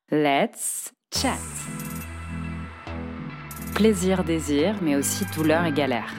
Let's chat. Plaisir, désir, mais aussi douleur et galère.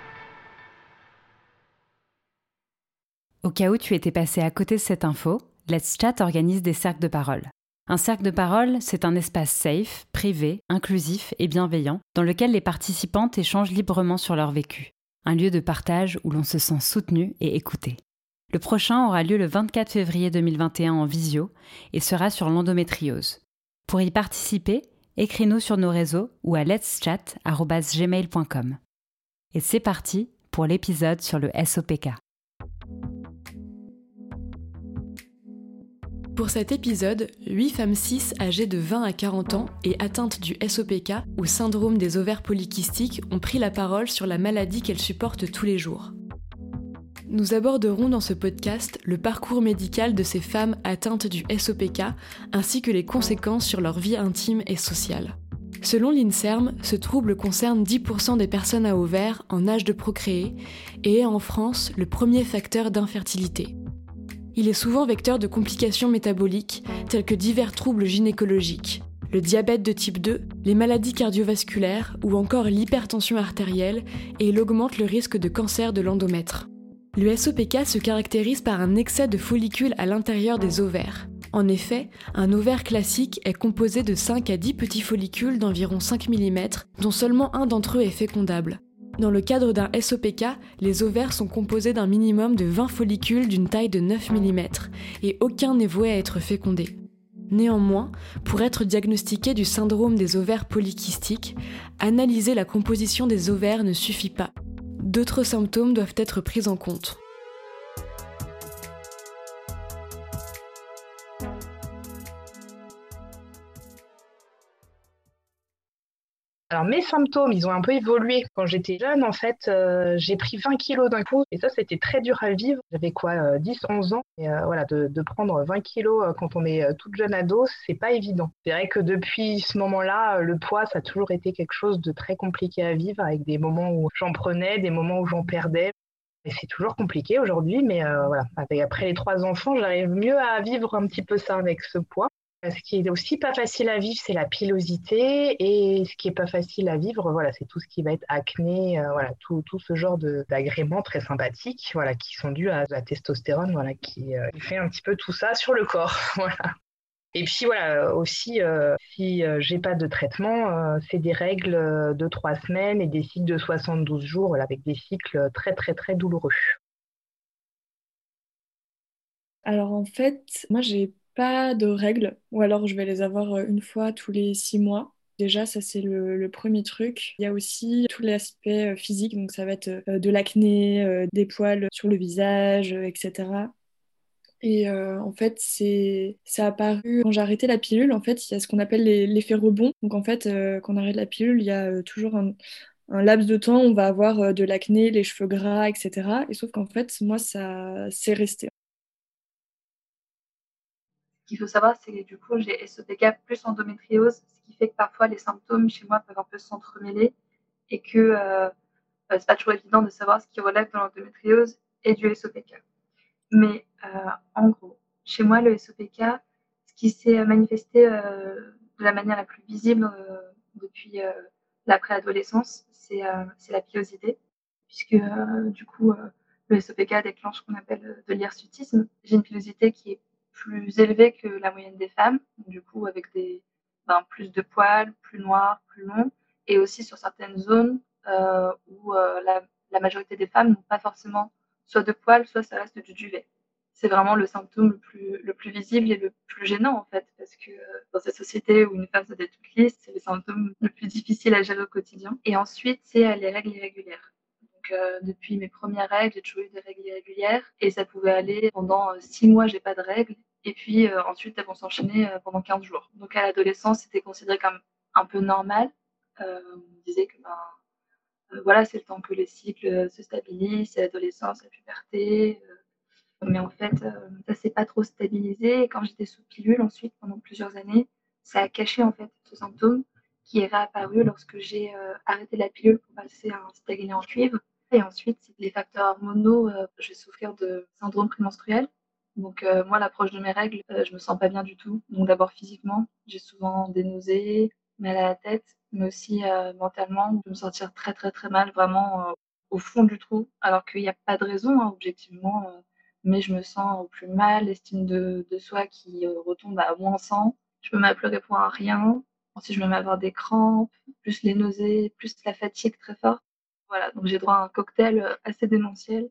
Au cas où tu étais passé à côté de cette info, Let's Chat organise des cercles de parole. Un cercle de parole, c'est un espace safe, privé, inclusif et bienveillant dans lequel les participantes échangent librement sur leur vécu. Un lieu de partage où l'on se sent soutenu et écouté. Le prochain aura lieu le 24 février 2021 en visio et sera sur l'endométriose. Pour y participer, écris-nous sur nos réseaux ou à letschat@gmail.com. Et c'est parti pour l'épisode sur le SOPK. Pour cet épisode, 8 femmes cis âgées de 20 à 40 ans et atteintes du SOPK ou syndrome des ovaires polykystiques ont pris la parole sur la maladie qu'elles supportent tous les jours. Nous aborderons dans ce podcast le parcours médical de ces femmes atteintes du SOPK ainsi que les conséquences sur leur vie intime et sociale. Selon l'INSERM, ce trouble concerne 10% des personnes à ovaires en âge de procréer et est en France le premier facteur d'infertilité. Il est souvent vecteur de complications métaboliques telles que divers troubles gynécologiques, le diabète de type 2, les maladies cardiovasculaires ou encore l'hypertension artérielle et il augmente le risque de cancer de l'endomètre. Le SOPK se caractérise par un excès de follicules à l'intérieur des ovaires. En effet, un ovaire classique est composé de 5 à 10 petits follicules d'environ 5 mm, dont seulement un d'entre eux est fécondable. Dans le cadre d'un SOPK, les ovaires sont composés d'un minimum de 20 follicules d'une taille de 9 mm, et aucun n'est voué à être fécondé. Néanmoins, pour être diagnostiqué du syndrome des ovaires polykystiques, analyser la composition des ovaires ne suffit pas. D'autres symptômes doivent être pris en compte. Alors mes symptômes, ils ont un peu évolué. Quand j'étais jeune, en fait, j'ai pris 20 kilos d'un coup. Et ça, c'était très dur à vivre. J'avais 10-11 ans. Et voilà, de prendre 20 kilos quand on est toute jeune ado, c'est pas évident. C'est vrai que depuis ce moment-là, le poids, ça a toujours été quelque chose de très compliqué à vivre, avec des moments où j'en prenais, des moments où j'en perdais. Et c'est toujours compliqué aujourd'hui, mais voilà. Après les 3 enfants, j'arrive mieux à vivre un petit peu ça avec ce poids. Ce qui est aussi pas facile à vivre, c'est la pilosité. Et ce qui est pas facile à vivre, voilà, c'est tout ce qui va être acné, voilà, tout ce genre d'agréments très sympathiques, voilà, qui sont dus à la testostérone, voilà, qui fait un petit peu tout ça sur le corps, voilà. Et puis voilà, aussi, si j'ai pas de traitement, c'est des règles de 3 semaines et des cycles de 72 jours, voilà, avec des cycles très très très douloureux. Alors en fait, moi j'ai pas de règles, ou alors je vais les avoir une fois tous les 6 mois. Déjà, ça c'est le premier truc. Il y a aussi tout l'aspect physique, donc ça va être de l'acné, des poils sur le visage, etc. Et en fait, ça a apparu quand j'ai arrêté la pilule. En fait, il y a ce qu'on appelle l'effet rebond. Donc en fait, quand on arrête la pilule, il y a toujours un laps de temps où on va avoir de l'acné, les cheveux gras, etc. Et sauf qu'en fait, moi, ça c'est resté. Ce qu'il faut savoir, c'est que du coup, j'ai SOPK plus endométriose, ce qui fait que parfois les symptômes chez moi peuvent un peu s'entremêler et que c'est pas toujours évident de savoir ce qui relève de l'endométriose et du SOPK. Mais en gros, chez moi, le SOPK, ce qui s'est manifesté de la manière la plus visible depuis la préadolescence, c'est la pilosité, puisque du coup, le SOPK déclenche ce qu'on appelle de l'hirsutisme. J'ai une pilosité qui est plus élevée que la moyenne des femmes, donc, du coup avec plus de poils, plus noirs, plus longs, et aussi sur certaines zones où la majorité des femmes n'ont pas forcément soit de poils, soit ça reste du duvet. C'est vraiment le symptôme le plus visible et le plus gênant en fait, parce que dans cette société où une femme se toute lisse, c'est le symptôme le plus difficile à gérer au quotidien. Et ensuite, c'est les règles irrégulières. Donc depuis mes premières règles, j'ai toujours eu des règles irrégulières et ça pouvait aller pendant 6 mois, j'ai pas de règles. Et puis ensuite, elles vont s'enchaîner pendant 15 jours. Donc à l'adolescence, c'était considéré comme un peu normal. On disait que voilà, c'est le temps que les cycles se stabilisent, c'est l'adolescence, la puberté. Mais en fait, ça s'est pas trop stabilisé. Et quand j'étais sous pilule, ensuite, pendant plusieurs années, ça a caché en fait ce symptôme qui est réapparu lorsque j'ai arrêté la pilule pour passer à un stérilet en cuivre. Et ensuite, c'est les facteurs hormonaux. Je vais souffrir de syndrome prémenstruel. Donc moi, l'approche de mes règles, je me sens pas bien du tout. Donc d'abord physiquement, j'ai souvent des nausées, mal à la tête, mais aussi mentalement, je peux me sentir très très très mal, vraiment au fond du trou, alors qu'il y a pas de raison, hein, objectivement, mais je me sens au plus mal, l'estime de soi qui retombe à -100. Je me mets à pleurer pour un rien. Ensuite, je me mets à avoir des crampes, plus les nausées, plus la fatigue très forte. Voilà, donc j'ai droit à un cocktail assez démentiel.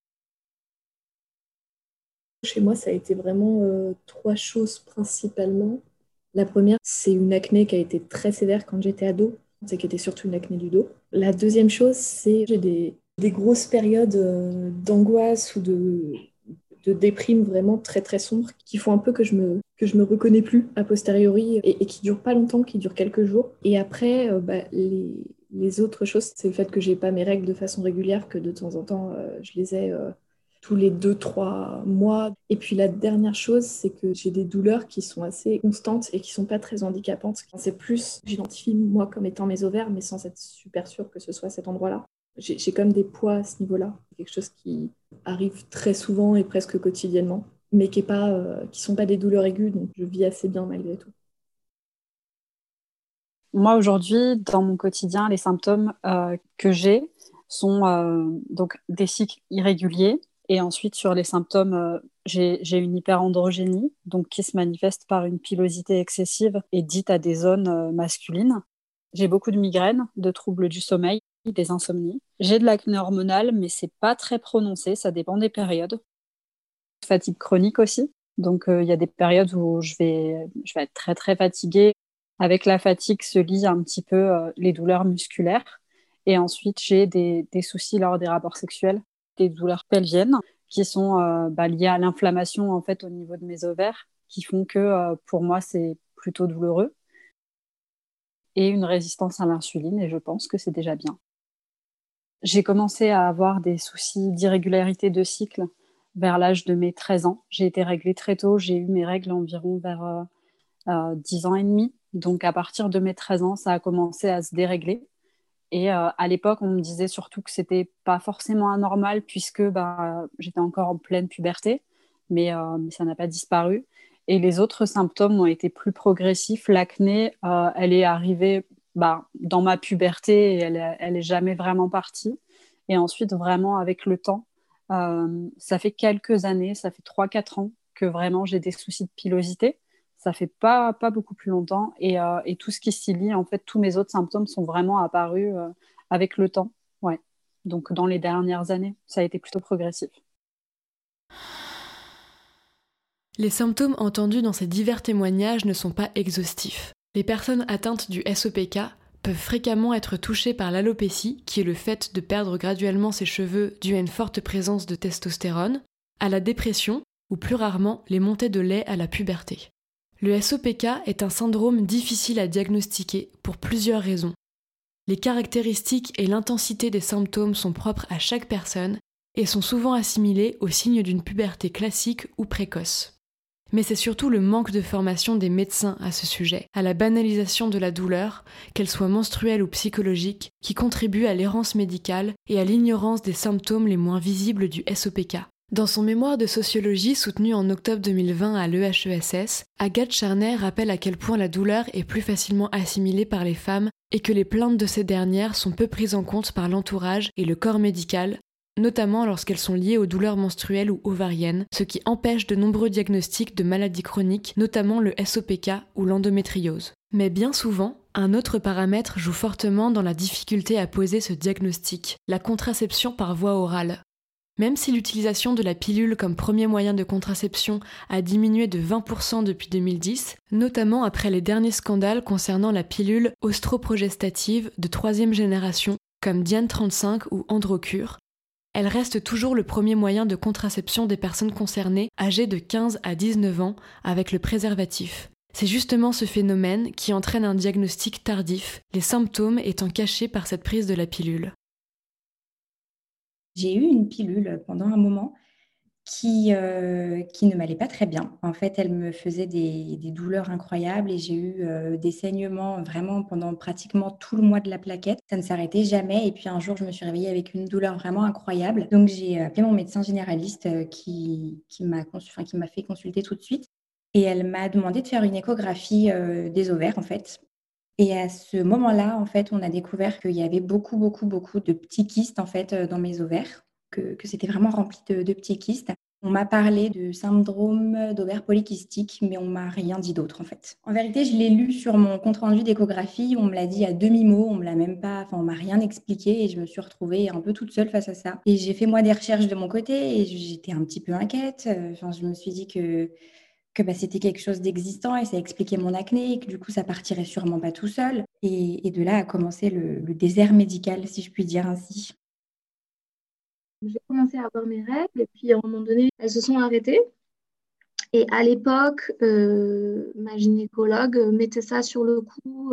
Chez moi, ça a été vraiment trois choses principalement. La première, c'est une acné qui a été très sévère quand j'étais ado, c'est qui était surtout une acné du dos. La deuxième chose, c'est que j'ai des grosses périodes d'angoisse ou de déprime vraiment très très sombres qui font un peu que je me reconnais plus a posteriori et qui durent pas longtemps, qui durent quelques jours. Et après, les autres choses, c'est le fait que j'ai pas mes règles de façon régulière, que de temps en temps, je les ai tous les 2, 3 mois. Et puis la dernière chose, c'est que j'ai des douleurs qui sont assez constantes et qui sont pas très handicapantes. C'est plus, j'identifie moi comme étant mes ovaires, mais sans être super sûre que ce soit cet endroit-là. J'ai comme des poids à ce niveau-là. C'est quelque chose qui arrive très souvent et presque quotidiennement, mais qui sont pas des douleurs aiguës, donc je vis assez bien malgré tout. Moi, aujourd'hui, dans mon quotidien, les symptômes que j'ai sont donc des cycles irréguliers. Et ensuite, sur les symptômes, j'ai une hyperandrogénie, donc qui se manifeste par une pilosité excessive et dite à des zones masculines. J'ai beaucoup de migraines, de troubles du sommeil, des insomnies. J'ai de l'acné hormonale, mais c'est pas très prononcé, ça dépend des périodes. Fatigue chronique aussi. Donc, il y a des périodes où je vais être très, très fatiguée. Avec la fatigue se lient un petit peu les douleurs musculaires. Et ensuite, j'ai des soucis lors des rapports sexuels, des douleurs pelviennes qui sont liées à l'inflammation en fait, au niveau de mes ovaires, qui font que pour moi, c'est plutôt douloureux. Et une résistance à l'insuline, et je pense que c'est déjà bien. J'ai commencé à avoir des soucis d'irrégularité de cycle vers l'âge de mes 13 ans. J'ai été réglée très tôt, j'ai eu mes règles environ vers 10 ans et demi. Donc à partir de mes 13 ans, ça a commencé à se dérégler. Et à l'époque, on me disait surtout que c'était pas forcément anormal puisque j'étais encore en pleine puberté, mais ça n'a pas disparu. Et les autres symptômes ont été plus progressifs. L'acné, elle est arrivée dans ma puberté et elle est jamais vraiment partie. Et ensuite, vraiment, avec le temps, ça fait quelques années, ça fait 3-4 ans que vraiment j'ai des soucis de pilosité. Ça fait pas beaucoup plus longtemps. Et tout ce qui s'y lie, en fait, tous mes autres symptômes sont vraiment apparus avec le temps. Ouais. Donc, dans les dernières années, ça a été plutôt progressif. Les symptômes entendus dans ces divers témoignages ne sont pas exhaustifs. Les personnes atteintes du SOPK peuvent fréquemment être touchées par l'alopécie, qui est le fait de perdre graduellement ses cheveux dû à une forte présence de testostérone, à la dépression ou plus rarement les montées de lait à la puberté. Le SOPK est un syndrome difficile à diagnostiquer pour plusieurs raisons. Les caractéristiques et l'intensité des symptômes sont propres à chaque personne et sont souvent assimilés aux signes d'une puberté classique ou précoce. Mais c'est surtout le manque de formation des médecins à ce sujet, à la banalisation de la douleur, qu'elle soit menstruelle ou psychologique, qui contribue à l'errance médicale et à l'ignorance des symptômes les moins visibles du SOPK. Dans son mémoire de sociologie soutenu en octobre 2020 à l'EHESS, Agathe Charnet rappelle à quel point la douleur est plus facilement assimilée par les femmes et que les plaintes de ces dernières sont peu prises en compte par l'entourage et le corps médical, notamment lorsqu'elles sont liées aux douleurs menstruelles ou ovariennes, ce qui empêche de nombreux diagnostics de maladies chroniques, notamment le SOPK ou l'endométriose. Mais bien souvent, un autre paramètre joue fortement dans la difficulté à poser ce diagnostic, la contraception par voie orale. Même si l'utilisation de la pilule comme premier moyen de contraception a diminué de 20% depuis 2010, notamment après les derniers scandales concernant la pilule ostroprogestative de 3e génération comme Diane 35 ou Androcure, elle reste toujours le premier moyen de contraception des personnes concernées âgées de 15 à 19 ans avec le préservatif. C'est justement ce phénomène qui entraîne un diagnostic tardif, les symptômes étant cachés par cette prise de la pilule. J'ai eu une pilule pendant un moment qui ne m'allait pas très bien. En fait, elle me faisait des douleurs incroyables et j'ai eu des saignements vraiment pendant pratiquement tout le mois de la plaquette. Ça ne s'arrêtait jamais. Et puis un jour, je me suis réveillée avec une douleur vraiment incroyable. Donc j'ai appelé mon médecin généraliste qui m'a fait consulter tout de suite. Et elle m'a demandé de faire une échographie des ovaires, en fait. Et à ce moment-là, en fait, on a découvert qu'il y avait beaucoup, beaucoup, beaucoup de petits kystes, en fait, dans mes ovaires, que c'était vraiment rempli de petits kystes. On m'a parlé de syndrome d'ovaire polykystique, mais on m'a rien dit d'autre, en fait. En vérité, je l'ai lu sur mon compte-rendu d'échographie, on me l'a dit à demi-mot, on me l'a même pas, enfin, on m'a rien expliqué et je me suis retrouvée un peu toute seule face à ça. Et j'ai fait moi des recherches de mon côté et j'étais un petit peu inquiète. Enfin, je me suis dit que c'était quelque chose d'existant et ça expliquait mon acné et que du coup ça partirait sûrement pas tout seul. Et de là a commencé le désert médical, si je puis dire ainsi. J'ai commencé à avoir mes règles et puis à un moment donné, elles se sont arrêtées. Et à l'époque, ma gynécologue mettait ça sur le coup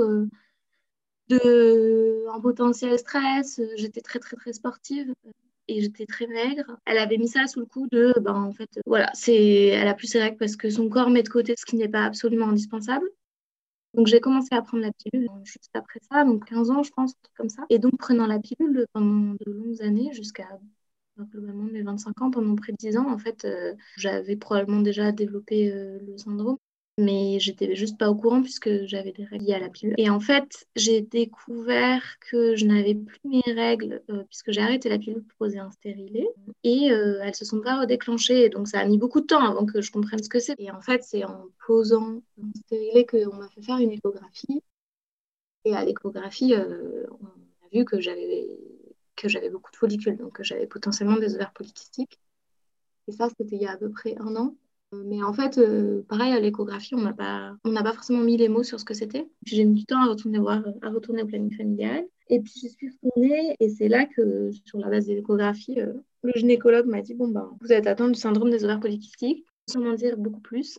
de un potentiel stress. J'étais très très très sportive et j'étais très maigre. Elle avait mis ça sous le coup de, ben en fait, voilà, elle a plus ses règles parce que son corps met de côté ce qui n'est pas absolument indispensable. Donc j'ai commencé à prendre la pilule juste après ça, donc 15 ans je pense, un truc comme ça. Et donc prenant la pilule pendant de longues années, jusqu'à globalement mes 25 ans, pendant près de 10 ans, en fait, j'avais probablement déjà développé le syndrome, mais j'étais juste pas au courant puisque j'avais des règles liées à la pilule. Et en fait, j'ai découvert que je n'avais plus mes règles puisque j'ai arrêté la pilule pour poser un stérilet et elles se sont pas redéclenchées. Donc ça a mis beaucoup de temps avant que je comprenne ce que c'est. Et en fait, c'est en posant un stérilet qu'on m'a fait faire une échographie. Et à l'échographie, on a vu que j'avais beaucoup de follicules, donc que j'avais potentiellement des ovaires polykystiques. Et ça, c'était il y a à peu près un an. Mais en fait, pareil, à l'échographie, on n'a pas forcément mis les mots sur ce que c'était. Puis j'ai mis du temps à retourner au planning familial. Et puis j'y suis retournée, et c'est là que, sur la base de l'échographie, le gynécologue m'a dit, bon, ben, vous êtes atteinte du syndrome des ovaires polykystiques, sans m'en dire beaucoup plus.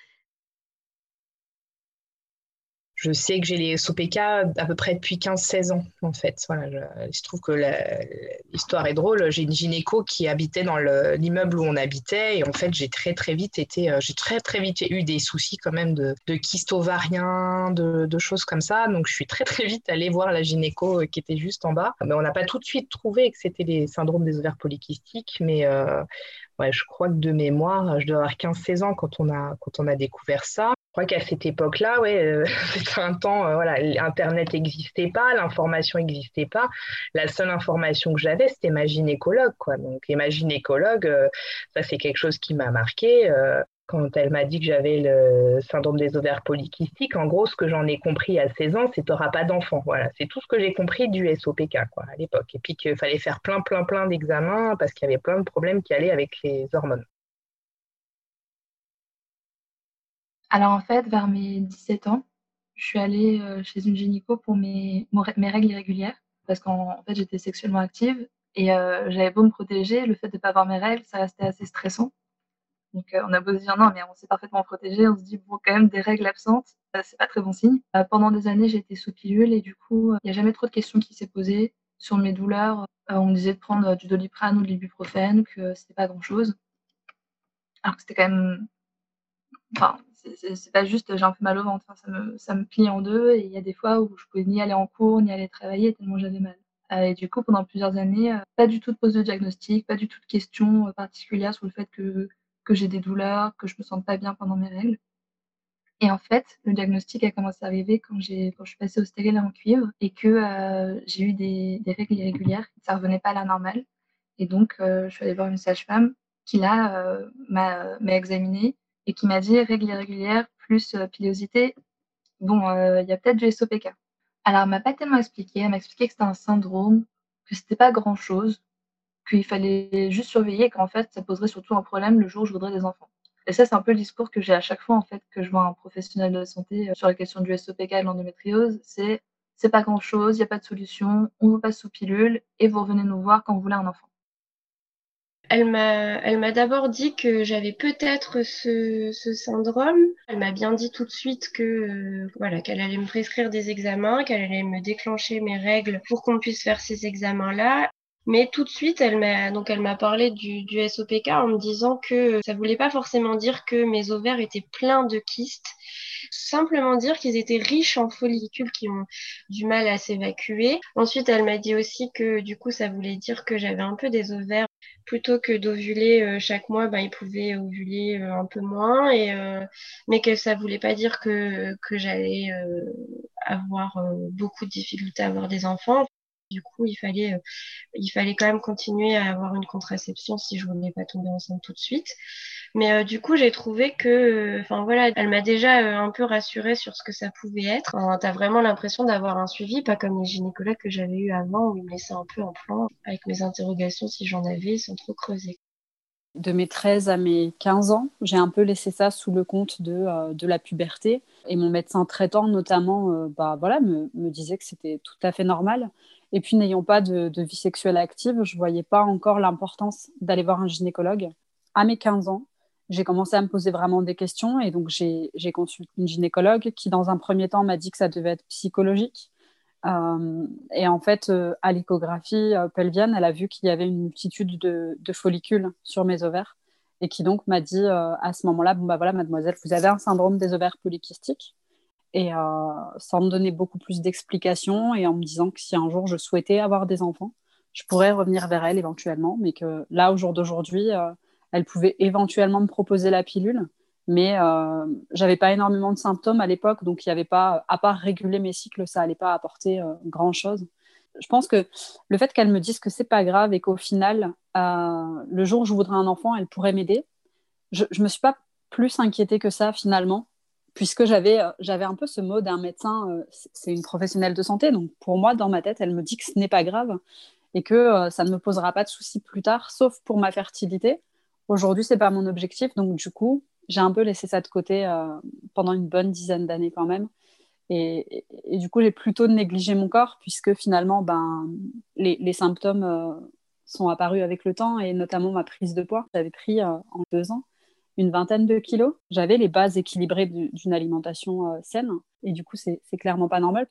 Je sais que j'ai les SOPK à peu près depuis 15-16 ans, en fait. Voilà, je trouve que l'histoire est drôle. J'ai une gynéco qui habitait dans l'immeuble où on habitait. Et en fait, j'ai très, très vite eu des soucis quand même de kystes ovariens, de choses comme ça. Donc, je suis très, très vite allée voir la gynéco qui était juste en bas. Mais on n'a pas tout de suite trouvé que c'était les syndromes des ovaires polykystiques. Mais ouais, je crois que de mémoire, je dois avoir 15-16 ans quand on a découvert ça. Je crois qu'à cette époque-là, ouais, c'était un temps, voilà, Internet n'existait pas, l'information n'existait pas. La seule information que j'avais, c'était ma gynécologue, quoi. Donc, et ma gynécologue, ça, c'est quelque chose qui m'a marqué. Quand elle m'a dit que j'avais le syndrome des ovaires polykystiques, en gros, ce que j'en ai compris à 16 ans, c'est que tu n'auras pas d'enfant. Voilà, c'est tout ce que j'ai compris du SOPK, quoi, à l'époque. Et puis qu'il fallait faire plein d'examens parce qu'il y avait plein de problèmes qui allaient avec les hormones. Alors en fait, vers mes 17 ans, je suis allée chez une gynéco pour mes règles irrégulières parce qu'en fait, j'étais sexuellement active et j'avais beau me protéger, le fait de ne pas avoir mes règles, ça restait assez stressant. Donc on a beau se dire non, mais on s'est parfaitement protégé, on se dit bon, quand même des règles absentes, c'est pas très bon signe. Pendant des années, j'ai été sous pilule et du coup, il n'y a jamais trop de questions qui s'est posées sur mes douleurs. On me disait de prendre du Doliprane ou de l'ibuprofène, que c'était pas grand-chose. Alors que c'était quand même... Enfin, c'est pas juste j'ai un peu mal au ventre, enfin, ça me plie en deux et il y a des fois où je pouvais ni aller en cours, ni aller travailler tellement j'avais mal. Et du coup, pendant plusieurs années, pas du tout de pose de diagnostic, pas du tout de questions particulières sur le fait que j'ai des douleurs, que je me sente pas bien pendant mes règles. Et en fait, le diagnostic a commencé à arriver quand je suis passée au stérilet en cuivre et que j'ai eu des règles irrégulières, ça revenait pas à la normale. Et donc, je suis allée voir une sage-femme qui là m'a examinée et qui m'a dit règles irrégulières plus pilosité. Bon, il y a peut-être du SOPK. Alors, elle m'a pas tellement expliqué. Elle m'a expliqué que c'était un syndrome, que c'était pas grand-chose, qu'il fallait juste surveiller, qu'en fait, ça poserait surtout un problème le jour où je voudrais des enfants. Et ça, c'est un peu le discours que j'ai à chaque fois, en fait, que je vois un professionnel de la santé sur la question du SOPK et de l'endométriose. C'est pas grand-chose, il n'y a pas de solution, on vous passe sous pilule et vous revenez nous voir quand vous voulez un enfant. Elle m'a d'abord dit que j'avais peut-être ce syndrome. Elle m'a bien dit tout de suite que voilà, qu'elle allait me prescrire des examens, qu'elle allait me déclencher mes règles pour qu'on puisse faire ces examens-là. Mais tout de suite, elle m'a parlé du SOPK en me disant que ça voulait pas forcément dire que mes ovaires étaient pleins de kystes, simplement dire qu'ils étaient riches en follicules qui ont du mal à s'évacuer. Ensuite, elle m'a dit aussi que du coup, ça voulait dire que j'avais un peu des ovaires. Plutôt que d'ovuler chaque mois, ils pouvaient ovuler un peu moins, mais que ça voulait pas dire que j'allais avoir beaucoup de difficultés à avoir des enfants. Du coup, il fallait quand même continuer à avoir une contraception si je voulais pas tomber enceinte tout de suite. Mais du coup, j'ai trouvé que, enfin voilà, elle m'a déjà un peu rassurée sur ce que ça pouvait être. Enfin, t'as vraiment l'impression d'avoir un suivi, pas comme les gynécologues que j'avais eu avant où ils me laissaient un peu en plan avec mes interrogations si j'en avais sans trop creuser. De mes 13 à mes 15 ans, j'ai un peu laissé ça sous le compte de la puberté. Et mon médecin traitant, notamment, me disait que c'était tout à fait normal. Et puis, n'ayant pas de vie sexuelle active, je ne voyais pas encore l'importance d'aller voir un gynécologue. À mes 15 ans, j'ai commencé à me poser vraiment des questions. Et donc, j'ai consulté une gynécologue qui, dans un premier temps, m'a dit que ça devait être psychologique. Et en fait, à l'échographie pelvienne, elle a vu qu'il y avait une multitude de follicules sur mes ovaires et qui donc m'a dit à ce moment-là, mademoiselle, vous avez un syndrome des ovaires polykystiques. Et sans me donner beaucoup plus d'explications et en me disant que si un jour je souhaitais avoir des enfants, je pourrais revenir vers elle éventuellement, mais que là, au jour d'aujourd'hui, elle pouvait éventuellement me proposer la pilule. Mais j'avais pas énormément de symptômes à l'époque, donc il y avait pas, à part réguler mes cycles, ça allait pas apporter grand-chose. Je pense que le fait qu'elle me dise que c'est pas grave et qu'au final, le jour où je voudrais un enfant, elle pourrait m'aider, je me suis pas plus inquiétée que ça finalement, puisque j'avais un peu ce mot d'un médecin, c'est une professionnelle de santé, donc pour moi, dans ma tête, elle me dit que ce n'est pas grave et que ça ne me posera pas de soucis plus tard, sauf pour ma fertilité. Aujourd'hui, c'est pas mon objectif, donc du coup, j'ai un peu laissé ça de côté pendant une bonne dizaine d'années quand même. Et du coup, j'ai plutôt négligé mon corps puisque finalement, les symptômes sont apparus avec le temps et notamment ma prise de poids. J'avais pris en 2 ans une vingtaine de kilos. J'avais les bases équilibrées d'une alimentation saine et du coup, c'est clairement pas normal.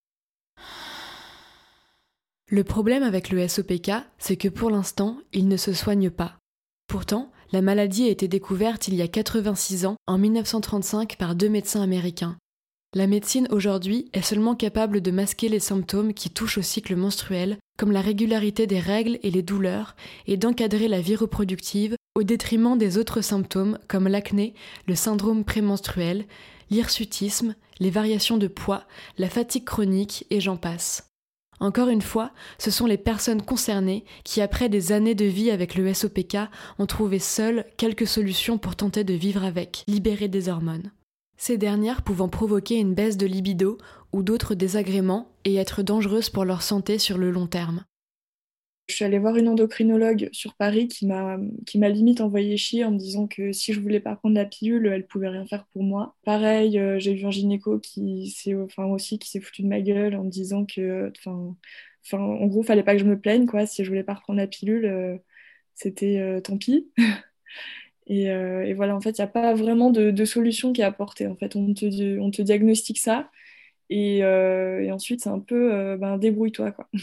Le problème avec le SOPK, c'est que pour l'instant, il ne se soigne pas. Pourtant, la maladie a été découverte il y a 86 ans, en 1935, par 2 médecins américains. La médecine aujourd'hui est seulement capable de masquer les symptômes qui touchent au cycle menstruel, comme la régularité des règles et les douleurs, et d'encadrer la vie reproductive au détriment des autres symptômes comme l'acné, le syndrome prémenstruel, l'hirsutisme, les variations de poids, la fatigue chronique et j'en passe. Encore une fois, ce sont les personnes concernées qui, après des années de vie avec le SOPK, ont trouvé seules quelques solutions pour tenter de vivre avec, libérées des hormones. Ces dernières pouvant provoquer une baisse de libido ou d'autres désagréments et être dangereuses pour leur santé sur le long terme. Je suis allée voir une endocrinologue sur Paris qui m'a limite envoyé chier en me disant que si je voulais pas prendre la pilule, elle pouvait rien faire pour moi. Pareil, j'ai vu un gynéco qui s'est foutu de ma gueule en me disant que, en gros, fallait pas que je me plaigne, quoi. Si je voulais pas reprendre la pilule, c'était tant pis. Et voilà, en fait, il n'y a pas vraiment de solution qui est apportée. En fait, on te diagnostique ça et ensuite, c'est un peu débrouille-toi, quoi.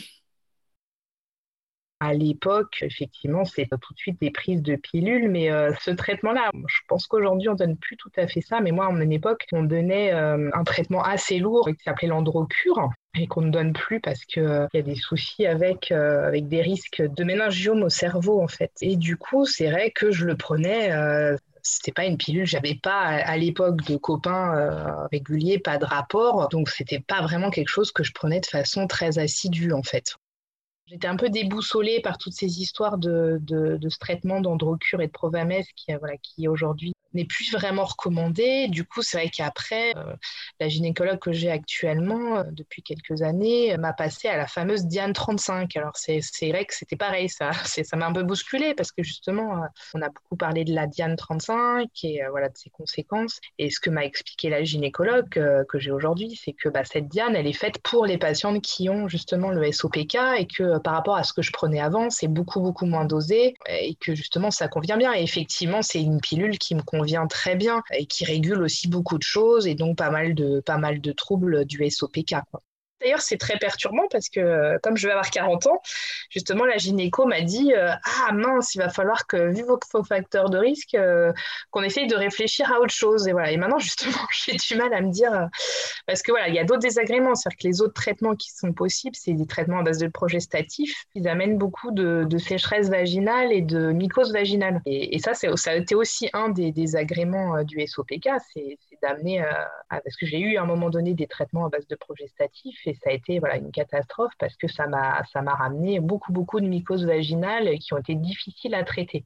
À l'époque, effectivement, c'est tout de suite des prises de pilules, mais ce traitement-là, je pense qu'aujourd'hui, on donne plus tout à fait ça, mais moi, à mon époque, on donnait un traitement assez lourd qui s'appelait l'androcure et qu'on ne donne plus parce qu'il y a des soucis avec des risques de méningiome au cerveau, en fait. Et du coup, c'est vrai que je le prenais... C'était pas une pilule, j'avais pas à l'époque de copains réguliers, pas de rapport, donc c'était pas vraiment quelque chose que je prenais de façon très assidue, en fait. J'étais un peu déboussolée par toutes ces histoires de ce traitement d'androcure et de Provamès qui aujourd'hui n'est plus vraiment recommandé. Du coup, c'est vrai qu'après, la gynécologue que j'ai actuellement, depuis quelques années, m'a passée à la fameuse Diane 35. Alors, c'est vrai que c'était pareil, ça m'a un peu bousculée parce que justement, on a beaucoup parlé de la Diane 35 et de ses conséquences. Et ce que m'a expliqué la gynécologue que j'ai aujourd'hui, c'est que cette Diane, elle est faite pour les patientes qui ont justement le SOPK et que par rapport à ce que je prenais avant, c'est beaucoup, beaucoup moins dosé et que justement, ça convient bien. Et effectivement, c'est une pilule qui me convient très bien et qui régule aussi beaucoup de choses et donc pas mal de troubles du SOPK, quoi. D'ailleurs, c'est très perturbant parce que comme je vais avoir 40 ans, justement, la gynéco m'a dit ah mince, il va falloir que, vu vos facteurs de risque, qu'on essaye de réfléchir à autre chose. Et voilà. Et maintenant, justement, j'ai du mal à me dire parce que voilà, il y a d'autres désagréments. C'est-à-dire que les autres traitements qui sont possibles, c'est des traitements à base de progestatifs. Ils amènent beaucoup de sécheresse vaginale et de mycose vaginale. Et ça, ça a été aussi un des désagréments du SOPK, c'est d'amener parce que j'ai eu à un moment donné des traitements à base de progestatifs et ça a été voilà, une catastrophe parce que ça m'a ramené beaucoup de mycoses vaginales qui ont été difficiles à traiter.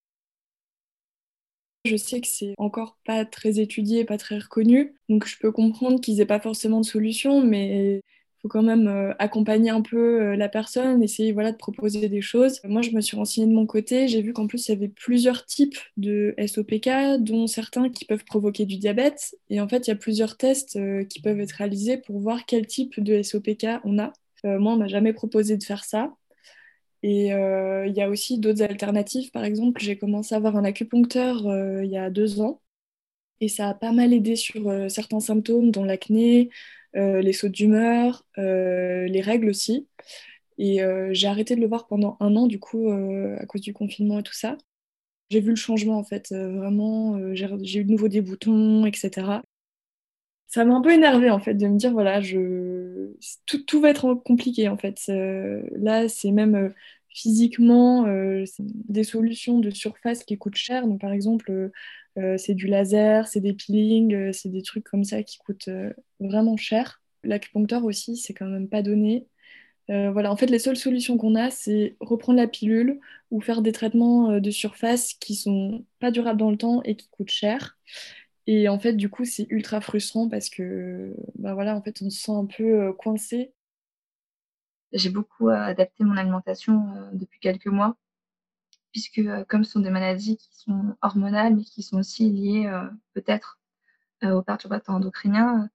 Je sais que c'est encore pas très étudié, pas très reconnu, donc je peux comprendre qu'ils aient pas forcément de solution, mais il faut quand même accompagner un peu la personne, essayer voilà, de proposer des choses. Moi, je me suis renseignée de mon côté, j'ai vu qu'en plus, il y avait plusieurs types de SOPK, dont certains qui peuvent provoquer du diabète, et en fait, il y a plusieurs tests qui peuvent être réalisés pour voir quel type de SOPK on a. Moi, on m'a jamais proposé de faire ça. Et il y a aussi d'autres alternatives. Par exemple, j'ai commencé à avoir un acupuncteur il y a 2 ans et ça a pas mal aidé sur certains symptômes, dont l'acné, les sauts d'humeur, les règles aussi. Et j'ai arrêté de le voir pendant 1 an, du coup, à cause du confinement et tout ça. J'ai vu le changement en fait, vraiment, j'ai eu de nouveau des boutons, etc. Ça m'a un peu énervée en fait de me dire voilà, tout va être compliqué en fait. Là, c'est même physiquement c'est des solutions de surface qui coûtent cher. Donc par exemple, c'est du laser, c'est des peelings, c'est des trucs comme ça qui coûtent vraiment cher. L'acupuncteur aussi, c'est quand même pas donné. Voilà, en fait, les seules solutions qu'on a, c'est reprendre la pilule ou faire des traitements de surface qui sont pas durables dans le temps et qui coûtent cher. Et en fait, du coup, c'est ultra frustrant parce que, bah voilà, en fait, on se sent un peu coincé. J'ai beaucoup adapté mon alimentation depuis quelques mois, puisque comme ce sont des maladies qui sont hormonales, mais qui sont aussi liées peut-être aux perturbateurs endocriniens,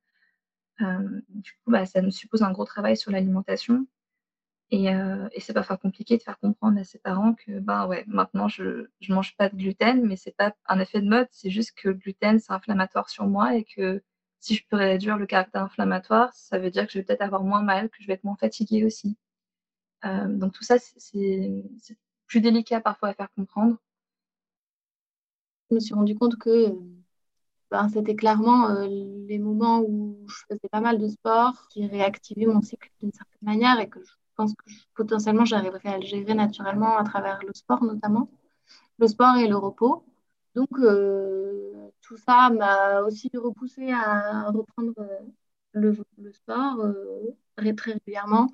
du coup, bah, ça me suppose un gros travail sur l'alimentation. Et c'est parfois compliqué de faire comprendre à ses parents que, ben, ouais, maintenant je mange pas de gluten, mais c'est pas un effet de mode, c'est juste que le gluten, c'est inflammatoire sur moi et que si je peux réduire le caractère inflammatoire, ça veut dire que je vais peut-être avoir moins mal, que je vais être moins fatiguée aussi. Donc tout ça, c'est plus délicat parfois à faire comprendre. Je me suis rendu compte que ben, c'était clairement les moments où je faisais pas mal de sport qui réactivaient mon cycle d'une certaine manière et que je pense que potentiellement j'arriverais à le gérer naturellement à travers le sport notamment, le sport et le repos. Donc tout ça m'a aussi repoussé à reprendre le sport très régulièrement.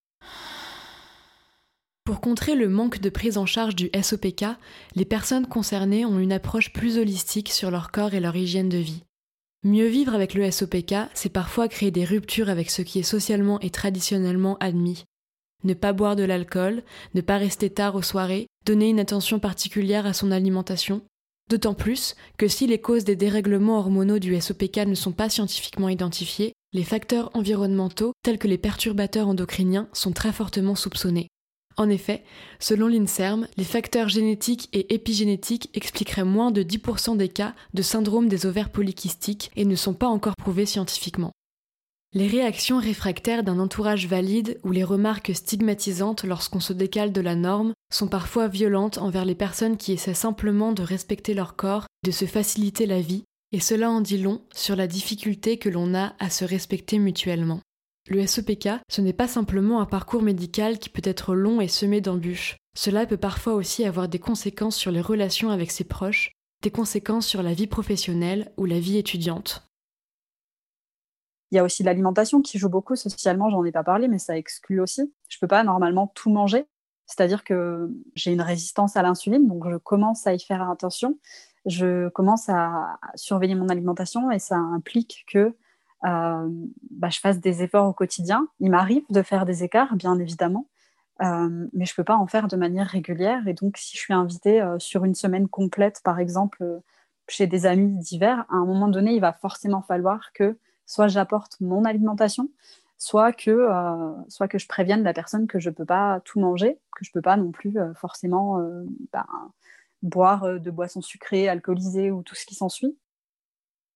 Pour contrer le manque de prise en charge du SOPK, les personnes concernées ont une approche plus holistique sur leur corps et leur hygiène de vie. Mieux vivre avec le SOPK, c'est parfois créer des ruptures avec ce qui est socialement et traditionnellement admis. Ne pas boire de l'alcool, ne pas rester tard aux soirées, donner une attention particulière à son alimentation. D'autant plus que si les causes des dérèglements hormonaux du SOPK ne sont pas scientifiquement identifiées, les facteurs environnementaux tels que les perturbateurs endocriniens sont très fortement soupçonnés. En effet, selon l'INSERM, les facteurs génétiques et épigénétiques expliqueraient moins de 10% des cas de syndrome des ovaires polykystiques et ne sont pas encore prouvés scientifiquement. Les réactions réfractaires d'un entourage valide ou les remarques stigmatisantes lorsqu'on se décale de la norme sont parfois violentes envers les personnes qui essaient simplement de respecter leur corps, de se faciliter la vie, et cela en dit long sur la difficulté que l'on a à se respecter mutuellement. Le SOPK, ce n'est pas simplement un parcours médical qui peut être long et semé d'embûches. Cela peut parfois aussi avoir des conséquences sur les relations avec ses proches, des conséquences sur la vie professionnelle ou la vie étudiante. Il y a aussi l'alimentation qui joue beaucoup socialement, j'en ai pas parlé, mais ça exclut aussi. Je peux pas normalement tout manger, c'est-à-dire que j'ai une résistance à l'insuline, donc je commence à y faire attention, je commence à surveiller mon alimentation et ça implique que je fasse des efforts au quotidien. Il m'arrive de faire des écarts, bien évidemment, mais je peux pas en faire de manière régulière. Et donc, si je suis invitée sur une semaine complète, par exemple, chez des amis divers, à un moment donné, il va forcément falloir que soit j'apporte mon alimentation, soit que je prévienne la personne que je peux pas tout manger, que je peux pas non plus forcément boire de boissons sucrées, alcoolisées ou tout ce qui s'ensuit.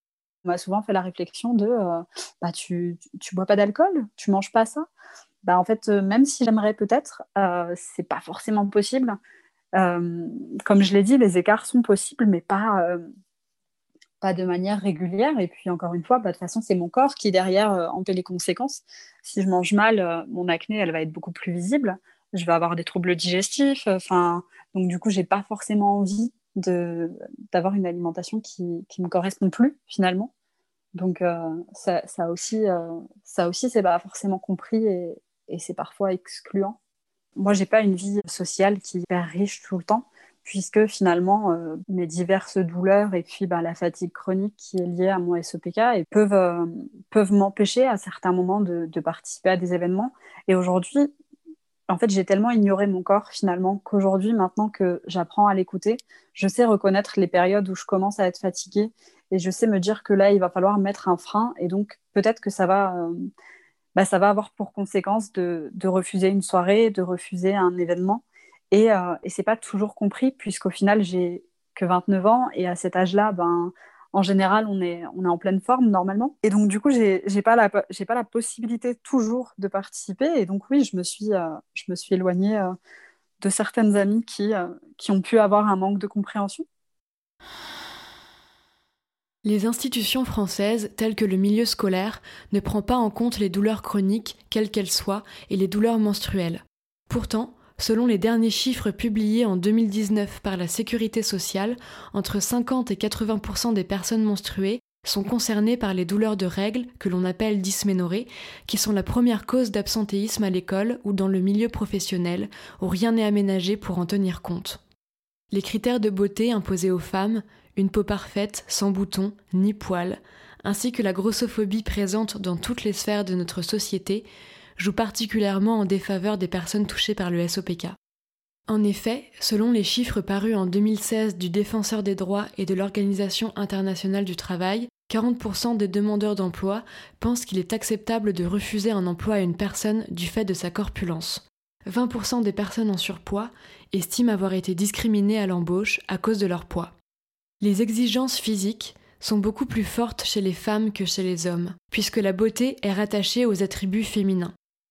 On m'a souvent fait la réflexion de tu bois pas d'alcool, tu manges pas ça. En fait, même si j'aimerais peut-être, c'est pas forcément possible. Comme je l'ai dit, les écarts sont possibles, mais pas de manière régulière. Et puis, encore une fois, de toute façon, c'est mon corps qui, derrière, en paie les conséquences. Si je mange mal, mon acné, elle va être beaucoup plus visible. Je vais avoir des troubles digestifs. Donc, du coup, j'ai pas forcément envie d'avoir une alimentation qui me correspond plus, finalement. Donc, ça aussi, c'est pas forcément compris et c'est parfois excluant. Moi, j'ai pas une vie sociale qui est hyper riche tout le temps, puisque finalement, mes diverses douleurs et puis la fatigue chronique qui est liée à mon SOPK peuvent m'empêcher à certains moments de participer à des événements. Et aujourd'hui, en fait, j'ai tellement ignoré mon corps finalement qu'aujourd'hui, maintenant que j'apprends à l'écouter, je sais reconnaître les périodes où je commence à être fatiguée et je sais me dire que là, il va falloir mettre un frein. Et donc, peut-être que ça va avoir pour conséquence de refuser une soirée, de refuser un événement. Et c'est pas toujours compris, puisqu'au final, j'ai que 29 ans, et à cet âge-là, en général, on est en pleine forme, normalement. Et donc, du coup, j'ai pas la possibilité toujours de participer. Et donc, oui, je me suis éloignée de certaines amies qui ont pu avoir un manque de compréhension. Les institutions françaises, telles que le milieu scolaire, ne prend pas en compte les douleurs chroniques, quelles qu'elles soient, et les douleurs menstruelles. Pourtant, selon les derniers chiffres publiés en 2019 par la Sécurité sociale, entre 50 et 80% des personnes menstruées sont concernées par les douleurs de règles, que l'on appelle dysménorrhée, qui sont la première cause d'absentéisme à l'école ou dans le milieu professionnel, où rien n'est aménagé pour en tenir compte. Les critères de beauté imposés aux femmes, une peau parfaite, sans boutons, ni poils, ainsi que la grossophobie présente dans toutes les sphères de notre société, jouent particulièrement en défaveur des personnes touchées par le SOPK. En effet, selon les chiffres parus en 2016 du Défenseur des droits et de l'Organisation internationale du travail, 40% des demandeurs d'emploi pensent qu'il est acceptable de refuser un emploi à une personne du fait de sa corpulence. 20% des personnes en surpoids estiment avoir été discriminées à l'embauche à cause de leur poids. Les exigences physiques sont beaucoup plus fortes chez les femmes que chez les hommes, puisque la beauté est rattachée aux attributs féminins.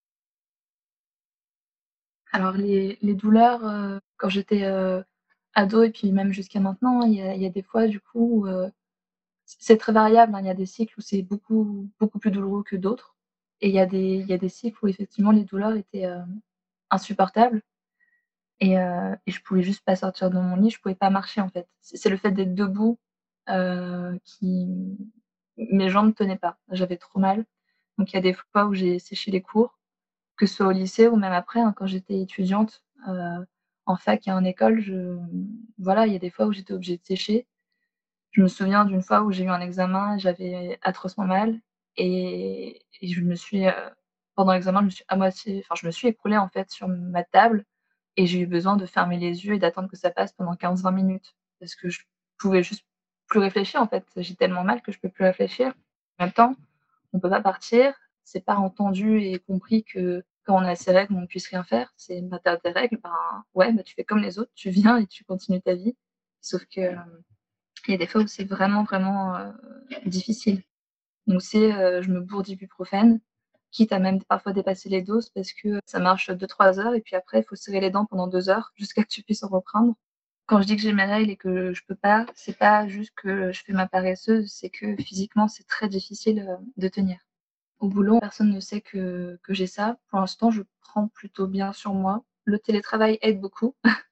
Alors les douleurs, quand j'étais ado et puis même jusqu'à maintenant, il y a des fois du coup, c'est très variable, hein. Il y a des cycles où c'est beaucoup, beaucoup plus douloureux que d'autres et il y a des cycles où effectivement les douleurs étaient, insupportables et je pouvais juste pas sortir de mon lit, je pouvais pas marcher en fait. C'est le fait d'être debout, qui mes jambes tenaient pas. J'avais trop mal. Donc il y a des fois où j'ai séché les cours, que ce soit au lycée ou même après, hein, quand j'étais étudiante, en fac et en école, voilà, il y a des fois où j'étais obligée de sécher. Je me souviens d'une fois où j'ai eu un examen, j'avais atrocement mal et je me suis, pendant l'examen, je me suis écroulée en fait sur ma table et j'ai eu besoin de fermer les yeux et d'attendre que ça passe pendant 15-20 minutes parce que je pouvais juste plus réfléchir en fait. J'ai tellement mal que je peux plus réfléchir. En même temps, on peut pas partir, c'est pas entendu et compris que quand on a ses règles, on puisse rien faire. C'est bah, tu as tes règles, ouais, tu fais comme les autres, tu viens et tu continues ta vie. Sauf que, il y a des fois où c'est vraiment, vraiment, difficile. Donc je me bourre d'ibuprofène, quitte à même parfois dépasser les doses parce que ça marche 2-3 heures et puis après il faut serrer les dents pendant 2 heures jusqu'à ce que tu puisses en reprendre. Quand je dis que j'ai mes règles et que je peux pas, c'est pas juste que je fais ma paresseuse, c'est que physiquement c'est très difficile, de tenir. Au boulot, personne ne sait que j'ai ça. Pour l'instant, je prends plutôt bien sur moi. Le télétravail aide beaucoup,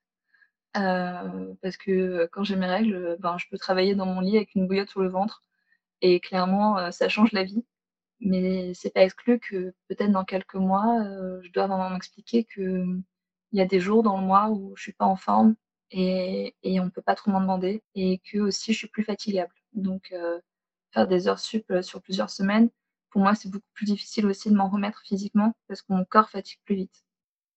parce que, quand j'ai mes règles, je peux travailler dans mon lit avec une bouillotte sur le ventre et clairement, ça change la vie. Mais c'est pas exclu que peut-être dans quelques mois, je doive m'expliquer qu'il y a des jours dans le mois où je suis pas en forme et on peut pas trop m'en demander et que aussi je suis plus fatigable. Donc faire des heures sup, sur plusieurs semaines, pour moi, c'est beaucoup plus difficile aussi de m'en remettre physiquement parce que mon corps fatigue plus vite.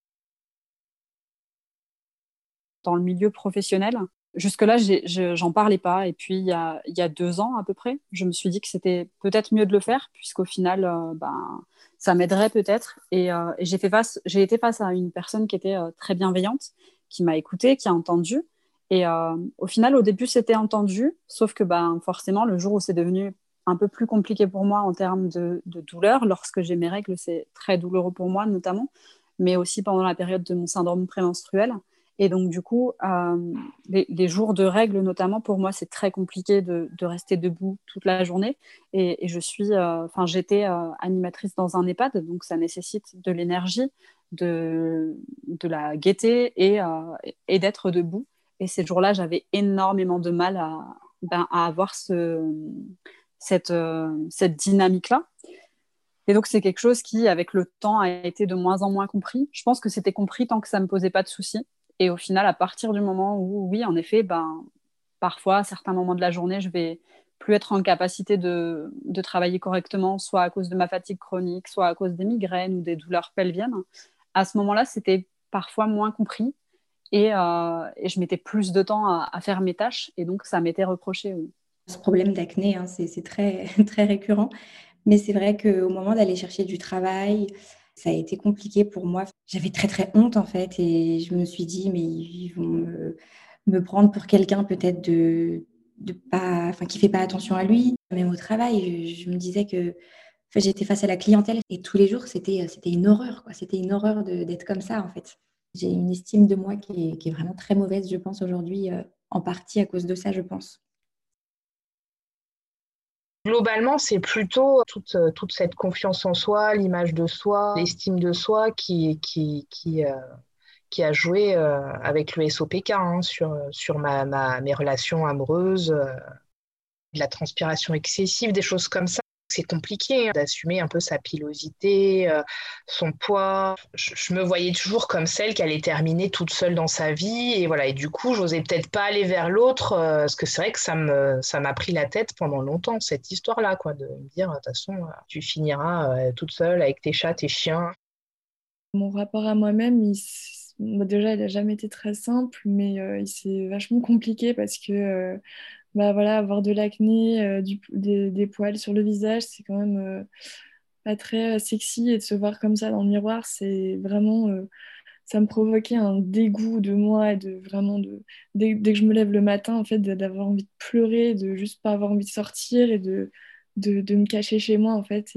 Dans le milieu professionnel, jusque-là, j'en parlais pas. Et puis, il y a 2 ans à peu près, je me suis dit que c'était peut-être mieux de le faire, puisqu'au final, ça m'aiderait peut-être. Et j'ai été face à une personne qui était très bienveillante, qui m'a écoutée, qui a entendu. Et au final, au début, c'était entendu, sauf que forcément, le jour où c'est devenu un peu plus compliqué pour moi en termes de douleur. Lorsque j'ai mes règles, c'est très douloureux pour moi notamment, mais aussi pendant la période de mon syndrome prémenstruel. Et donc, du coup, les jours de règles, notamment, pour moi, c'est très compliqué de rester debout toute la journée. Et j'étais animatrice dans un EHPAD, donc ça nécessite de l'énergie, de la gaieté et d'être debout. Et ces jours-là, j'avais énormément de mal à avoir cette dynamique-là. Et donc, c'est quelque chose qui, avec le temps, a été de moins en moins compris. Je pense que c'était compris tant que ça ne me posait pas de soucis. Et au final, à partir du moment où, oui, en effet, parfois, à certains moments de la journée, je vais plus être en capacité de travailler correctement, soit à cause de ma fatigue chronique, soit à cause des migraines ou des douleurs pelviennes. À ce moment-là, c'était parfois moins compris et je mettais plus de temps à faire mes tâches et donc ça m'était reproché. Oui. Ce problème d'acné, hein, c'est très, très récurrent. Mais c'est vrai qu'au moment d'aller chercher du travail, ça a été compliqué pour moi. J'avais très, très honte, en fait, et je me suis dit, mais ils vont me prendre pour quelqu'un peut-être de pas, enfin, qui fait pas attention à lui. Même au travail, je me disais que enfin, j'étais face à la clientèle et tous les jours, c'était une horreur, quoi. C'était une horreur d'être comme ça, en fait. J'ai une estime de moi qui est vraiment très mauvaise, je pense, aujourd'hui, en partie à cause de ça, je pense. Globalement, c'est plutôt toute cette confiance en soi, l'image de soi, l'estime de soi qui a joué avec le SOPK hein, sur mes relations amoureuses, de la transpiration excessive, des choses comme ça. C'est compliqué hein, d'assumer un peu sa pilosité, son poids. Je me voyais toujours comme celle qui allait terminer toute seule dans sa vie. Et voilà. Et du coup, j'osais peut-être pas aller vers l'autre, parce que c'est vrai que ça m'a pris la tête pendant longtemps, cette histoire-là, quoi, de me dire, de toute façon, tu finiras toute seule avec tes chats, tes chiens. Mon rapport à moi-même, déjà, il n'a jamais été très simple, mais il s'est vachement compliqué parce que voilà, avoir de l'acné, des poils sur le visage, c'est quand même pas très sexy et de se voir comme ça dans le miroir, c'est vraiment, ça me provoquait un dégoût de moi et dès que je me lève le matin, en fait, d'avoir envie de pleurer, de juste pas avoir envie de sortir et de me cacher chez moi, en fait,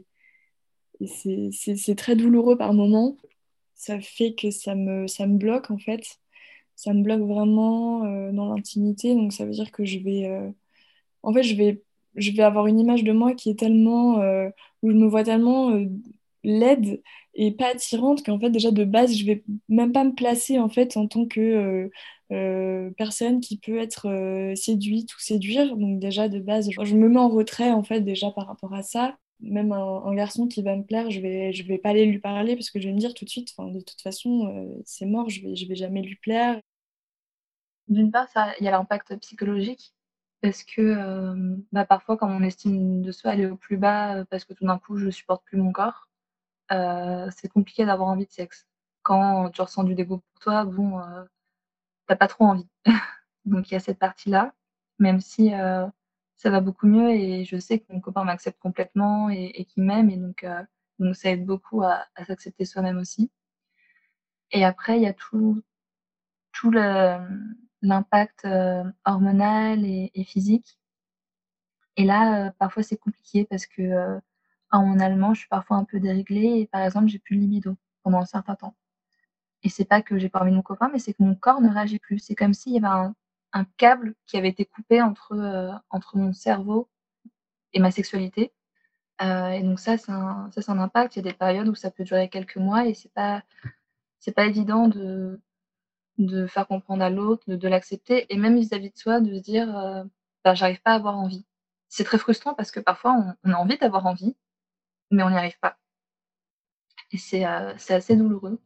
et c'est très douloureux par moments. Ça fait que ça me bloque, en fait. Ça me bloque vraiment dans l'intimité, donc ça veut dire que en fait, je vais avoir une image de moi qui est tellement, où je me vois tellement laide et pas attirante qu'en fait, déjà de base, je vais même pas me placer en fait en tant que personne qui peut être séduite ou séduire. Donc déjà de base, je me mets en retrait en fait déjà par rapport à ça. Même un garçon qui va me plaire, je vais pas aller lui parler parce que je vais me dire tout de suite, enfin, de toute façon, c'est mort, je vais jamais lui plaire. D'une part, il y a l'impact psychologique parce que parfois, quand mon estime de soi elle est au plus bas parce que tout d'un coup, je supporte plus mon corps, c'est compliqué d'avoir envie de sexe. Quand tu ressens du dégoût pour toi, bon, t'as pas trop envie. Donc il y a cette partie-là, même si ça va beaucoup mieux et je sais que mon copain m'accepte complètement et qu'il m'aime et donc ça aide beaucoup à s'accepter soi-même aussi. Et après, il y a tout l'impact hormonal et physique. Et là, parfois, c'est compliqué parce que hormonalement, je suis parfois un peu déréglée et par exemple, j'ai plus de libido pendant un certain temps. Et c'est pas que j'ai pas envie de mon copain, mais c'est que mon corps ne réagit plus. C'est comme s'il y avait un câble qui avait été coupé entre mon cerveau et ma sexualité. Et donc ça, c'est un impact. Il y a des périodes où ça peut durer quelques mois et c'est pas évident de faire comprendre à l'autre, de l'accepter et même vis-à-vis de soi, de se dire, «J'arrive pas à avoir envie». C'est très frustrant parce que parfois on a envie d'avoir envie, mais on n'y arrive pas et c'est assez douloureux.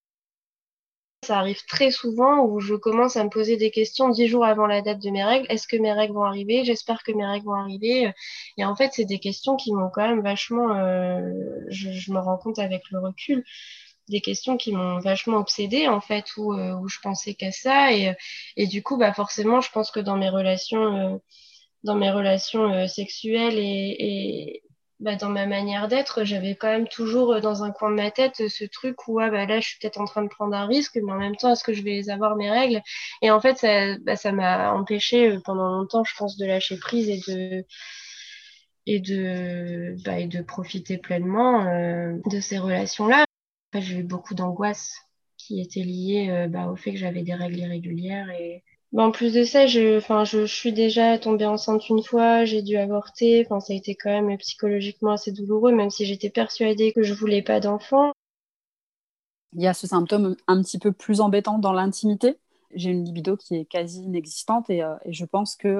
Ça arrive très souvent où je commence à me poser des questions 10 jours avant la date de mes règles. Est-ce que mes règles vont arriver? J'espère que mes règles vont arriver. Et en fait, c'est des questions qui m'ont quand même vachement, je me rends compte avec le recul, des questions qui m'ont vachement obsédée en fait, où je pensais qu'à ça. Et du coup, forcément, je pense que dans mes relations sexuelles et dans ma manière d'être, j'avais quand même toujours dans un coin de ma tête ce truc où là, je suis peut-être en train de prendre un risque, mais en même temps, est-ce que je vais les avoir mes règles? Et en fait, ça m'a empêché pendant longtemps, je pense, de lâcher prise et de profiter pleinement de ces relations-là. Après, j'ai eu beaucoup d'angoisse qui étaient liées au fait que j'avais des règles irrégulières et en plus de ça, je suis déjà tombée enceinte une fois, j'ai dû avorter. Enfin, ça a été quand même psychologiquement assez douloureux, même si j'étais persuadée que je voulais pas d'enfant. Il y a ce symptôme un petit peu plus embêtant dans l'intimité. J'ai une libido qui est quasi inexistante et je pense que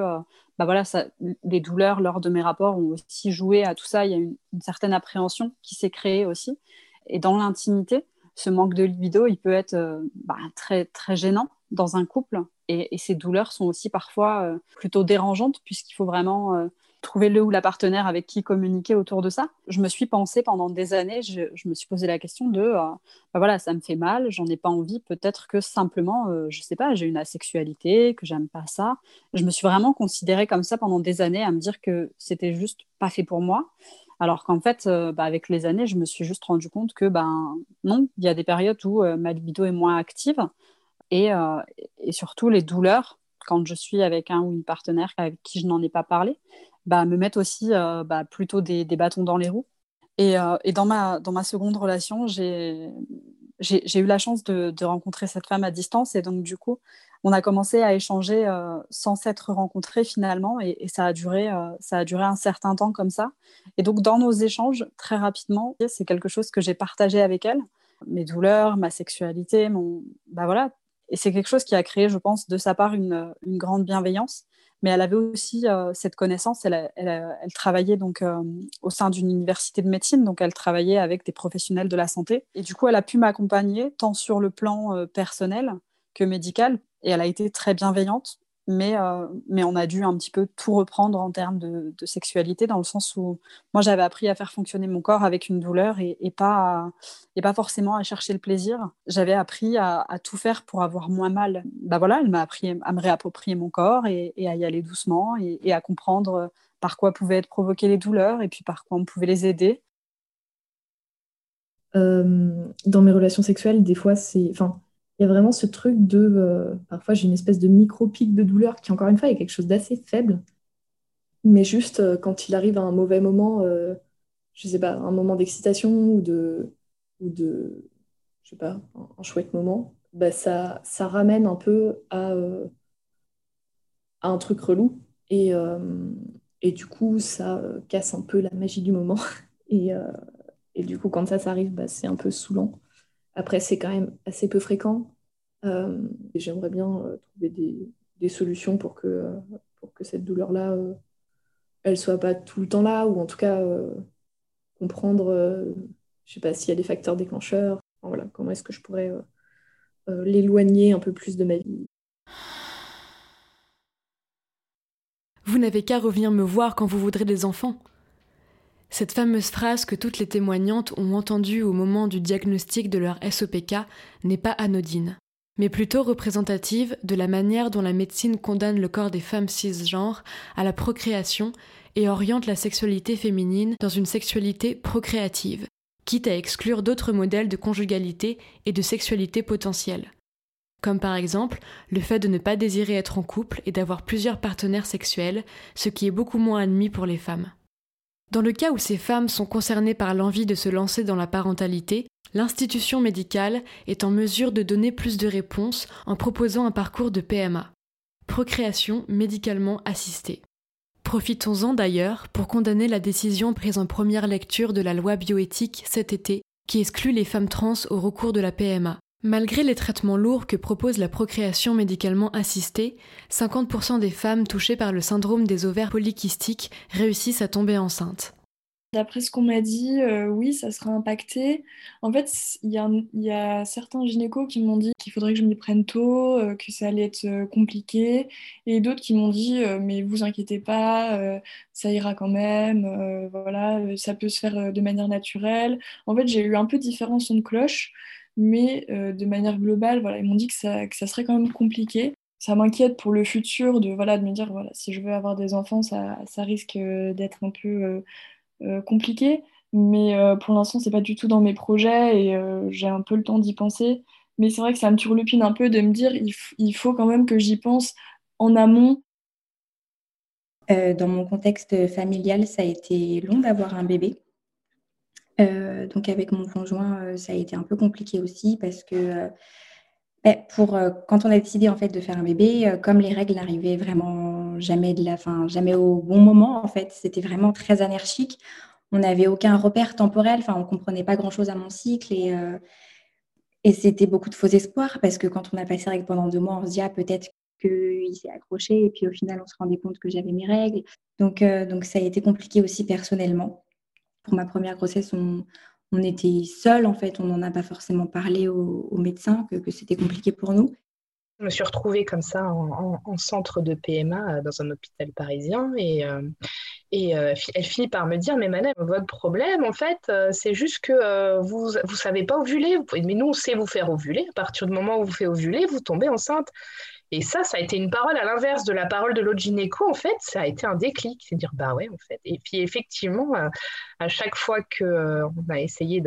les douleurs lors de mes rapports ont aussi joué à tout ça. Il y a une certaine appréhension qui s'est créée aussi. Et dans l'intimité, ce manque de libido, il peut être très, très gênant dans un couple. Et ces douleurs sont aussi parfois plutôt dérangeantes puisqu'il faut vraiment trouver le ou la partenaire avec qui communiquer autour de ça. Je me suis pensée pendant des années, je me suis posé la question de ça me fait mal, j'en ai pas envie, peut-être que simplement, je sais pas, j'ai une asexualité, que j'aime pas ça. Je me suis vraiment considérée comme ça pendant des années à me dire que c'était juste pas fait pour moi. Alors qu'en fait, avec les années, je me suis juste rendu compte que non, il y a des périodes où ma libido est moins active et, euh, et surtout les douleurs quand je suis avec un ou une partenaire avec qui je n'en ai pas parlé, me mettent aussi plutôt des bâtons dans les roues. Et dans ma seconde relation, j'ai eu la chance de rencontrer cette femme à distance. Et donc, du coup, on a commencé à échanger sans s'être rencontrés finalement. Et ça a duré un certain temps comme ça. Et donc, dans nos échanges, très rapidement, c'est quelque chose que j'ai partagé avec elle. Mes douleurs, ma sexualité, Et c'est quelque chose qui a créé, je pense, de sa part une grande bienveillance. Mais elle avait aussi cette connaissance. Elle travaillait donc au sein d'une université de médecine, donc elle travaillait avec des professionnels de la santé. Et du coup, elle a pu m'accompagner tant sur le plan personnel que médical. Et elle a été très bienveillante. Mais on a dû un petit peu tout reprendre en termes de sexualité, dans le sens où moi, j'avais appris à faire fonctionner mon corps avec une douleur et pas forcément à chercher le plaisir. J'avais appris à tout faire pour avoir moins mal. Elle m'a appris à me réapproprier mon corps et à y aller doucement et à comprendre par quoi pouvaient être provoquées les douleurs et puis par quoi on pouvait les aider. Dans mes relations sexuelles, des fois, il y a vraiment ce truc de... parfois, j'ai une espèce de micro-pic de douleur qui, encore une fois, est quelque chose d'assez faible. Mais juste, quand il arrive à un mauvais moment, je sais pas, un moment d'excitation ou de je sais pas, un chouette moment, ça ramène un peu à un truc relou. Et du coup, ça casse un peu la magie du moment. Et, euh, et du coup, quand ça arrive, c'est un peu saoulant. Après, c'est quand même assez peu fréquent. Et j'aimerais bien trouver des solutions pour que cette douleur-là, elle soit pas tout le temps là, ou en tout cas comprendre, je sais pas, s'il y a des facteurs déclencheurs. Enfin, voilà, comment est-ce que je pourrais l'éloigner un peu plus de ma vie. Vous n'avez qu'à revenir me voir quand vous voudrez des enfants. Cette fameuse phrase que toutes les témoignantes ont entendue au moment du diagnostic de leur SOPK n'est pas anodine, mais plutôt représentative de la manière dont la médecine condamne le corps des femmes cisgenres à la procréation et oriente la sexualité féminine dans une sexualité procréative, quitte à exclure d'autres modèles de conjugalité et de sexualité potentielle. Comme par exemple le fait de ne pas désirer être en couple et d'avoir plusieurs partenaires sexuels, ce qui est beaucoup moins admis pour les femmes. Dans le cas où ces femmes sont concernées par l'envie de se lancer dans la parentalité, l'institution médicale est en mesure de donner plus de réponses en proposant un parcours de PMA, procréation médicalement assistée. Profitons-en d'ailleurs pour condamner la décision prise en première lecture de la loi bioéthique cet été qui exclut les femmes trans au recours de la PMA. Malgré les traitements lourds que propose la procréation médicalement assistée, 50% des femmes touchées par le syndrome des ovaires polykystiques réussissent à tomber enceintes. D'après ce qu'on m'a dit, oui, ça sera impacté. En fait, il y a certains gynécos qui m'ont dit qu'il faudrait que je m'y prenne tôt, que ça allait être compliqué, et d'autres qui m'ont dit mais vous inquiétez pas, ça ira quand même, voilà, ça peut se faire de manière naturelle. En fait, j'ai eu un peu différents sons de cloche, mais de manière globale, voilà, ils m'ont dit que ça serait quand même compliqué. Ça m'inquiète pour le futur de me dire voilà, si je veux avoir des enfants, ça risque d'être un peu compliqué, mais pour l'instant, c'est pas du tout dans mes projets et j'ai un peu le temps d'y penser. Mais c'est vrai que ça me turlupine un peu de me dire il faut quand même que j'y pense en amont. Dans mon contexte familial, ça a été long d'avoir un bébé. Donc avec mon conjoint, ça a été un peu compliqué aussi parce que quand on a décidé en fait de faire un bébé, comme les règles n'arrivaient vraiment jamais au bon moment en fait, c'était vraiment très anarchique. On n'avait aucun repère temporel, enfin on comprenait pas grand-chose à mon cycle et c'était beaucoup de faux espoirs parce que quand on a passé règles pendant 2 mois, on se dit: «Ah peut-être qu'il s'est accroché» et puis au final on se rendait compte que j'avais mes règles. Donc ça a été compliqué aussi personnellement. Pour ma première grossesse, on était seuls en fait, on n'en a pas forcément parlé aux médecins que c'était compliqué pour nous. Je me suis retrouvée comme ça en centre de PMA dans un hôpital parisien elle finit par me dire, mais madame, votre problème, en fait, c'est juste que vous savez pas ovuler. Mais nous, on sait vous faire ovuler. À partir du moment où vous faites ovuler, vous tombez enceinte. Et ça a été une parole à l'inverse de la parole de l'autre gynéco, en fait, ça a été un déclic. C'est de dire, bah ouais, en fait. Et puis, effectivement, à chaque fois qu'on a essayé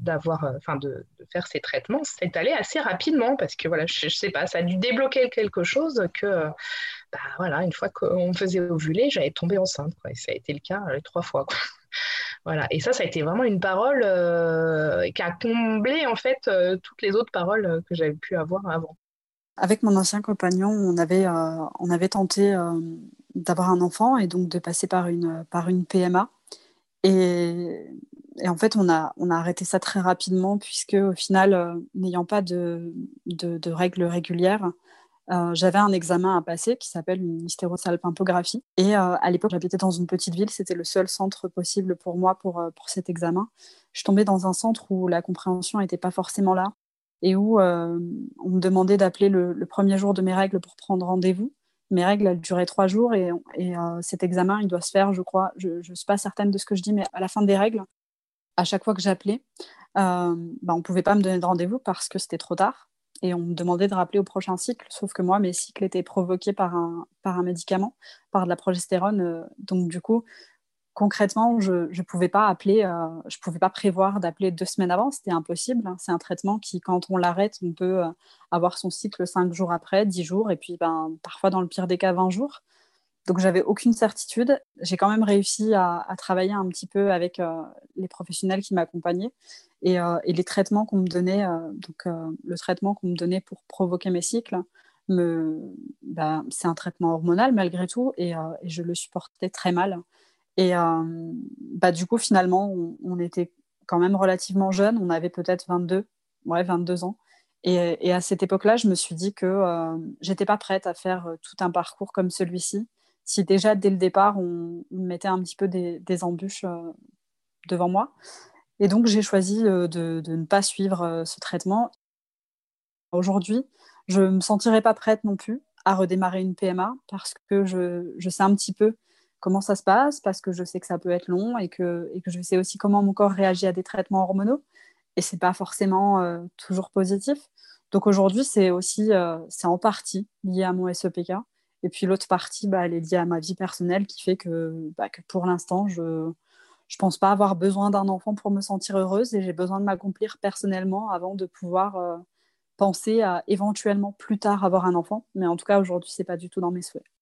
de faire ces traitements, c'est allé assez rapidement parce que, voilà, je sais pas, ça a dû débloquer quelque chose que, bah voilà, une fois qu'on me faisait ovuler, j'allais tomber enceinte, quoi. Et ça a été le cas les 3 fois, quoi. Voilà. Et ça a été vraiment une parole qui a comblé, en fait, toutes les autres paroles que j'avais pu avoir avant. Avec mon ancien compagnon, on avait tenté d'avoir un enfant et donc de passer par une PMA. Et en fait, on a arrêté ça très rapidement puisque au final, n'ayant pas de règles régulières, j'avais un examen à passer qui s'appelle une hystérosalpingographie. Et à l'époque, j'habitais dans une petite ville, c'était le seul centre possible pour moi pour cet examen. Je suis tombée dans un centre où la compréhension n'était pas forcément là et où on me demandait d'appeler le premier jour de mes règles pour prendre rendez-vous. Mes règles, elles duraient 3 jours et cet examen, il doit se faire, je crois, je ne suis pas certaine de ce que je dis, mais à la fin des règles, à chaque fois que j'appelais, on ne pouvait pas me donner de rendez-vous parce que c'était trop tard. Et on me demandait de rappeler au prochain cycle, sauf que moi, mes cycles étaient provoqués par un médicament, par de la progestérone. Donc du coup, concrètement, je pouvais pas appeler, je pouvais pas prévoir d'appeler 2 semaines avant, c'était impossible. C'est un traitement qui, quand on l'arrête, on peut avoir son cycle 5 jours après, 10 jours, et puis parfois dans le pire des cas 20 jours. Donc j'avais aucune certitude. J'ai quand même réussi à travailler un petit peu avec les professionnels qui m'accompagnaient et les traitements qu'on me donnait. Le traitement qu'on me donnait pour provoquer mes cycles, c'est un traitement hormonal malgré tout et je le supportais très mal. Et du coup, finalement, on était quand même relativement jeunes. On avait peut-être 22 ans. Et à cette époque-là, je me suis dit que j'étais pas prête à faire tout un parcours comme celui-ci. Si déjà, dès le départ, on mettait un petit peu des embûches devant moi. Et donc, j'ai choisi de ne pas suivre ce traitement. Aujourd'hui, je ne me sentirais pas prête non plus à redémarrer une PMA parce que je sais un petit peu comment ça se passe, parce que je sais que ça peut être long et que je sais aussi comment mon corps réagit à des traitements hormonaux. Et ce n'est pas forcément toujours positif. Donc aujourd'hui, c'est en partie lié à mon SEPK. Et puis l'autre partie, elle est liée à ma vie personnelle qui fait que pour l'instant, je ne pense pas avoir besoin d'un enfant pour me sentir heureuse et j'ai besoin de m'accomplir personnellement avant de pouvoir penser à éventuellement plus tard avoir un enfant. Mais en tout cas, aujourd'hui, ce n'est pas du tout dans mes souhaits.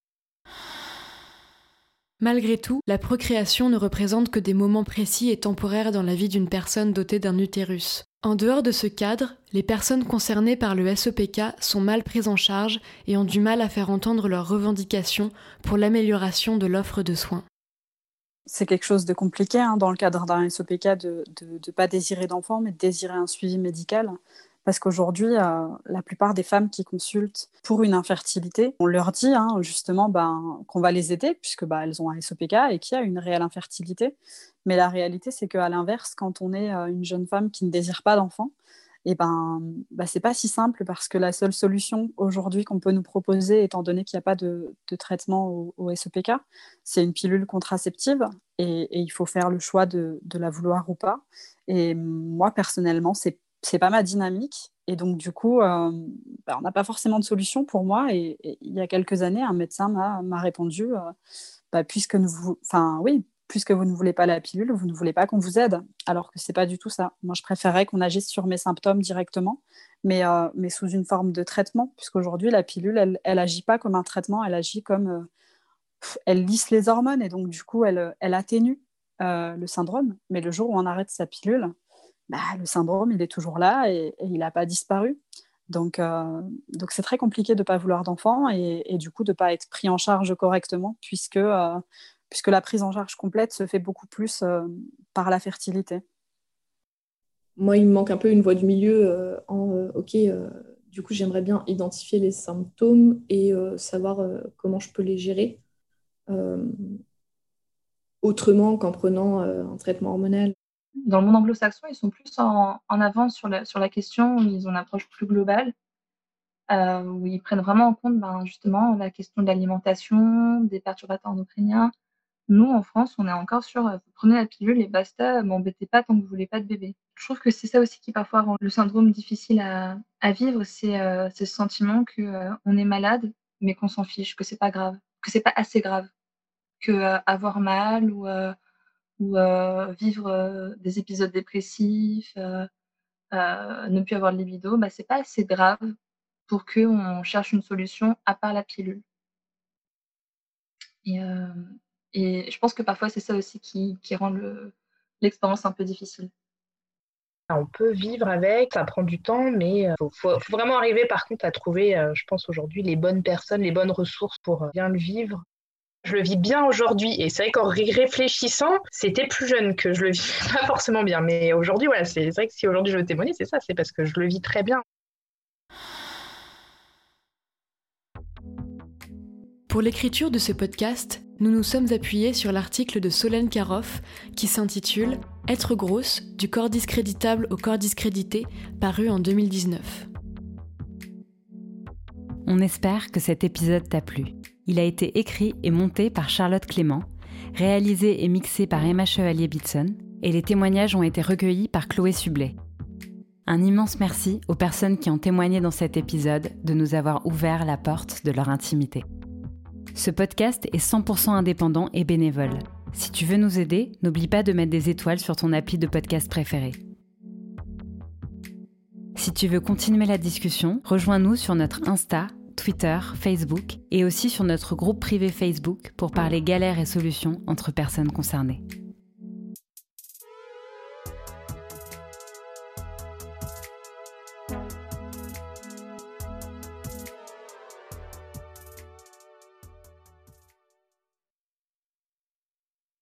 Malgré tout, la procréation ne représente que des moments précis et temporaires dans la vie d'une personne dotée d'un utérus. En dehors de ce cadre, les personnes concernées par le SEPK sont mal prises en charge et ont du mal à faire entendre leurs revendications pour l'amélioration de l'offre de soins. C'est quelque chose de compliqué dans le cadre d'un SEPK de ne pas désirer d'enfant, mais de désirer un suivi médical. Parce qu'aujourd'hui, la plupart des femmes qui consultent pour une infertilité, on leur dit justement qu'on va les aider puisque elles ont un SEPK et qu'il y a une réelle infertilité. Mais la réalité, c'est qu'à l'inverse, quand on est une jeune femme qui ne désire pas d'enfant, c'est pas si simple parce que la seule solution aujourd'hui qu'on peut nous proposer, étant donné qu'il n'y a pas de traitement au SEPK, c'est une pilule contraceptive et il faut faire le choix de la vouloir ou pas. Et moi, personnellement, c'est pas ma dynamique. Et donc, du coup, on n'a pas forcément de solution pour moi. Et il y a quelques années, un médecin m'a répondu puisque vous ne voulez pas la pilule, vous ne voulez pas qu'on vous aide. Alors que ce n'est pas du tout ça. Moi, je préférerais qu'on agisse sur mes symptômes directement, mais sous une forme de traitement, puisqu'aujourd'hui, la pilule, elle n'agit pas comme un traitement, elle agit comme elle lisse les hormones et donc du coup, elle atténue le syndrome. Mais le jour où on arrête sa pilule, le syndrome, il est toujours là et il n'a pas disparu. Donc c'est très compliqué de ne pas vouloir d'enfant et du coup de ne pas être pris en charge correctement puisque la prise en charge complète se fait beaucoup plus par la fertilité. Moi, il me manque un peu une voie du milieu du coup, j'aimerais bien identifier les symptômes et savoir comment je peux les gérer autrement qu'en prenant un traitement hormonal. Dans le monde anglo-saxon, ils sont plus en avance sur la question, où ils ont une approche plus globale, où ils prennent vraiment en compte justement la question de l'alimentation, des perturbateurs endocriniens. Nous, en France, on est encore sur vous prenez la pilule et basta, m'embêtez pas tant que vous voulez pas de bébé. Je trouve que c'est ça aussi qui parfois rend le syndrome difficile à vivre, c'est ce sentiment qu'on est malade, mais qu'on s'en fiche, que c'est pas grave, que c'est pas assez grave, que avoir mal ou vivre des épisodes dépressifs, ne plus avoir de libido, c'est pas assez grave pour qu'on cherche une solution à part la pilule. Et je pense que parfois, c'est ça aussi qui rend l'expérience un peu difficile. On peut vivre avec, ça prend du temps, mais faut vraiment arriver par contre à trouver, je pense aujourd'hui, les bonnes personnes, les bonnes ressources pour bien le vivre. Je le vis bien aujourd'hui et c'est vrai qu'en réfléchissant, c'était plus jeune que je le vis pas forcément bien. Mais aujourd'hui, voilà, c'est vrai que si aujourd'hui je veux témoigner, c'est ça, c'est parce que je le vis très bien. Pour l'écriture de ce podcast, nous nous sommes appuyés sur l'article de Solène Karoff qui s'intitule « Être grosse, du corps discréditable au corps discrédité » paru en 2019. On espère que cet épisode t'a plu. Il a été écrit et monté par Charlotte Clément, réalisé et mixé par Emma Chevalier-Bitson, et les témoignages ont été recueillis par Chloé Sublet. Un immense merci aux personnes qui ont témoigné dans cet épisode de nous avoir ouvert la porte de leur intimité. Ce podcast est 100% indépendant et bénévole. Si tu veux nous aider, n'oublie pas de mettre des étoiles sur ton appli de podcast préféré. Si tu veux continuer la discussion, rejoins-nous sur notre Insta, Twitter, Facebook et aussi sur notre groupe privé Facebook pour parler galères et solutions entre personnes concernées.